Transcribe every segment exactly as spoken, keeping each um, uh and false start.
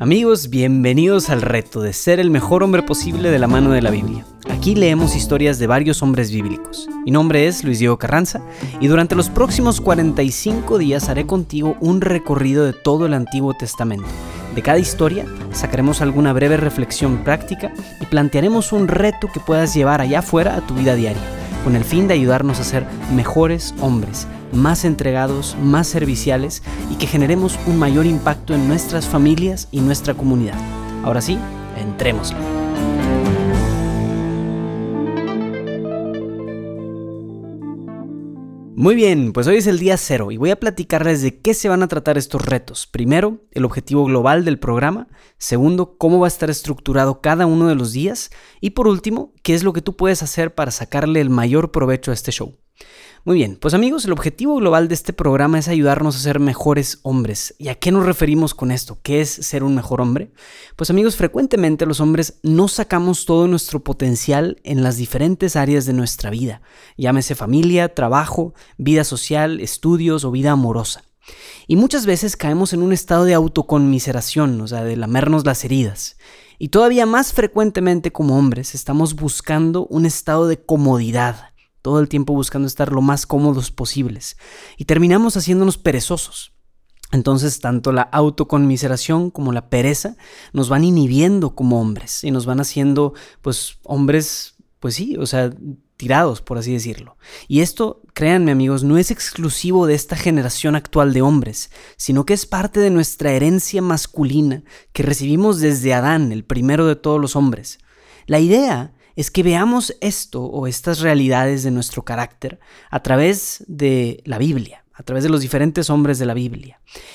Amigos, bienvenidos al reto de ser el mejor hombre posible de la mano de la Biblia. Aquí leemos historias de varios hombres bíblicos. Mi nombre es Luis Diego Carranza y durante los próximos cuarenta y cinco días haré contigo un recorrido de todo el Antiguo Testamento. De cada historia sacaremos alguna breve reflexión práctica y plantearemos un reto que puedas llevar allá afuera a tu vida diaria, con el fin de ayudarnos a ser mejores hombres, más entregados, más serviciales y que generemos un mayor impacto en nuestras familias y nuestra comunidad. Ahora sí, entrémosle. Muy bien, pues hoy es el día cero y voy a platicarles de qué se van a tratar estos retos. Primero, el objetivo global del programa. Segundo, cómo va a estar estructurado cada uno de los días. Y por último, qué es lo que tú puedes hacer para sacarle el mayor provecho a este show. Muy bien, pues amigos, el objetivo global de este programa es ayudarnos a ser mejores hombres. ¿Y a qué nos referimos con esto? ¿Qué es ser un mejor hombre? Pues amigos, frecuentemente los hombres no sacamos todo nuestro potencial en las diferentes áreas de nuestra vida. Llámese familia, trabajo, vida social, estudios o vida amorosa. Y muchas veces caemos en un estado de autoconmiseración, o sea, de lamernos las heridas. Y todavía más frecuentemente como hombres estamos buscando un estado de comodidad. Todo el tiempo buscando estar lo más cómodos posibles y terminamos haciéndonos perezosos. Entonces, tanto la autoconmiseración como la pereza nos van inhibiendo como hombres y nos van haciendo, pues, hombres, pues sí, o sea, tirados, por así decirlo. Y esto, créanme amigos, no es exclusivo de esta generación actual de hombres, sino que es parte de nuestra herencia masculina que recibimos desde Adán, el primero de todos los hombres. La idea es que veamos esto o estas realidades de nuestro carácter a través de la Biblia, a través de los diferentes hombres de la Biblia.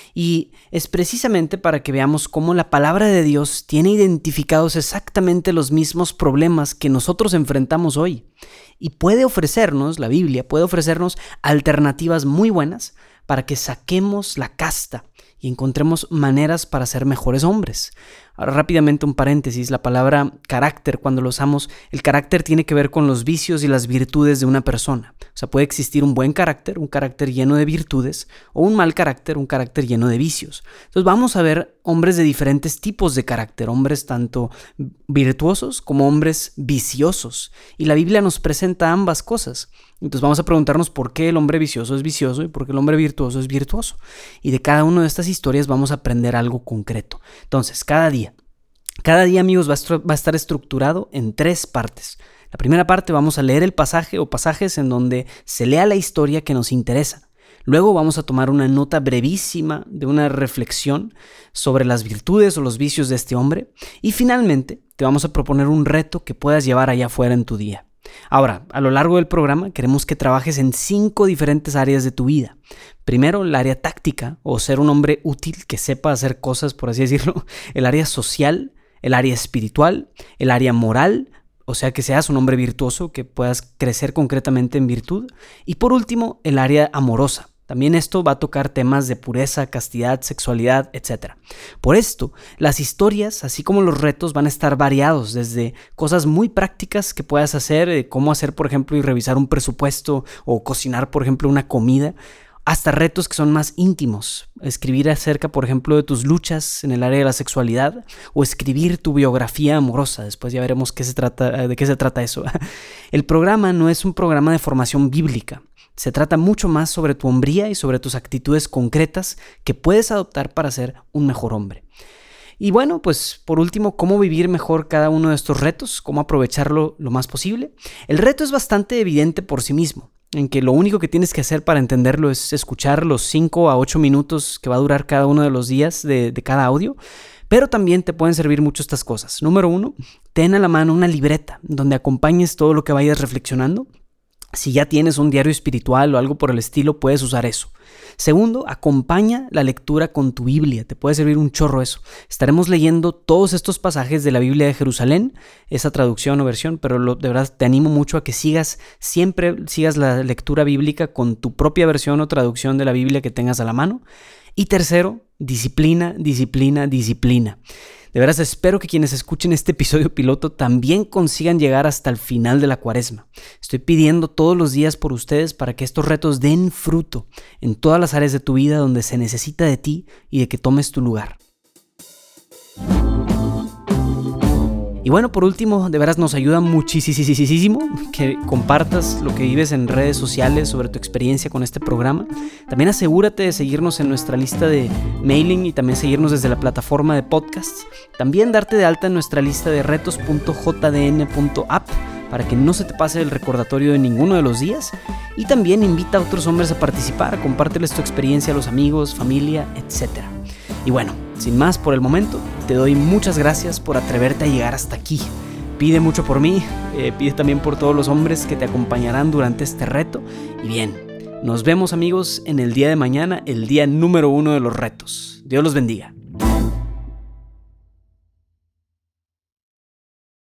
Y es precisamente para que veamos cómo la palabra de Dios tiene identificados exactamente los mismos problemas que nosotros enfrentamos hoy. Y puede ofrecernos, la Biblia puede ofrecernos alternativas muy buenas para que saquemos la casta y encontremos maneras para ser mejores hombres. Ahora, rápidamente un paréntesis, la palabra carácter, cuando lo usamos, el carácter tiene que ver con los vicios y las virtudes de una persona. O sea, puede existir un buen carácter, un carácter lleno de virtudes, o un mal carácter, un carácter lleno de vicios. Entonces vamos a ver hombres de diferentes tipos de carácter, hombres tanto virtuosos como hombres viciosos. Y la Biblia nos presenta ambas cosas. Entonces vamos a preguntarnos por qué el hombre vicioso es vicioso y por qué el hombre virtuoso es virtuoso. Y de cada una de estas historias vamos a aprender algo concreto. Entonces, cada día, cada día, amigos, va a, estru- va a estar estructurado en tres partes. La primera parte vamos a leer el pasaje o pasajes en donde se lea la historia que nos interesa. Luego vamos a tomar una nota brevísima de una reflexión sobre las virtudes o los vicios de este hombre. Y finalmente te vamos a proponer un reto que puedas llevar allá afuera en tu día. Ahora, a lo largo del programa queremos que trabajes en cinco diferentes áreas de tu vida. Primero, el área táctica o ser un hombre útil que sepa hacer cosas, por así decirlo. El área social, el área espiritual, el área moral, o sea que seas un hombre virtuoso, que puedas crecer concretamente en virtud. Y por último, el área amorosa. También esto va a tocar temas de pureza, castidad, sexualidad, etcétera. Por esto, las historias, así como los retos, van a estar variados desde cosas muy prácticas que puedas hacer, eh, cómo hacer, por ejemplo, y revisar un presupuesto o cocinar, por ejemplo, una comida, hasta retos que son más íntimos. Escribir acerca, por ejemplo, de tus luchas en el área de la sexualidad o escribir tu biografía amorosa. Después ya veremos qué se trata, de qué se trata eso. El programa no es un programa de formación bíblica. Se trata mucho más sobre tu hombría y sobre tus actitudes concretas que puedes adoptar para ser un mejor hombre. Y bueno, pues por último, ¿cómo vivir mejor cada uno de estos retos? ¿Cómo aprovecharlo lo más posible? El reto es bastante evidente por sí mismo, en que lo único que tienes que hacer para entenderlo es escuchar los cinco a ocho minutos que va a durar cada uno de los días de, de cada audio. Pero también te pueden servir mucho estas cosas. Número uno, ten a la mano una libreta donde acompañes todo lo que vayas reflexionando. Si ya tienes un diario espiritual o algo por el estilo, puedes usar eso. Segundo, acompaña la lectura con tu Biblia. Te puede servir un chorro eso. Estaremos leyendo todos estos pasajes de la Biblia de Jerusalén, esa traducción o versión, pero lo, de verdad te animo mucho a que sigas, siempre sigas la lectura bíblica con tu propia versión o traducción de la Biblia que tengas a la mano. Y tercero, disciplina, disciplina, disciplina. De veras espero que quienes escuchen este episodio piloto también consigan llegar hasta el final de la cuaresma. Estoy pidiendo todos los días por ustedes para que estos retos den fruto en todas las áreas de tu vida donde se necesita de ti y de que tomes tu lugar. Y bueno, por último, de veras nos ayuda muchísimo que compartas lo que vives en redes sociales sobre tu experiencia con este programa. También asegúrate de seguirnos en nuestra lista de mailing y también seguirnos desde la plataforma de podcasts. También darte de alta en nuestra lista de retos punto j d n punto app para que no se te pase el recordatorio de ninguno de los días. Y también invita a otros hombres a participar, compárteles tu experiencia a los amigos, familia, etcétera. Y bueno, sin más por el momento, te doy muchas gracias por atreverte a llegar hasta aquí. Pide mucho por mí, eh, pide también por todos los hombres que te acompañarán durante este reto. Y bien, nos vemos amigos en el día de mañana, el día número uno de los retos. Dios los bendiga.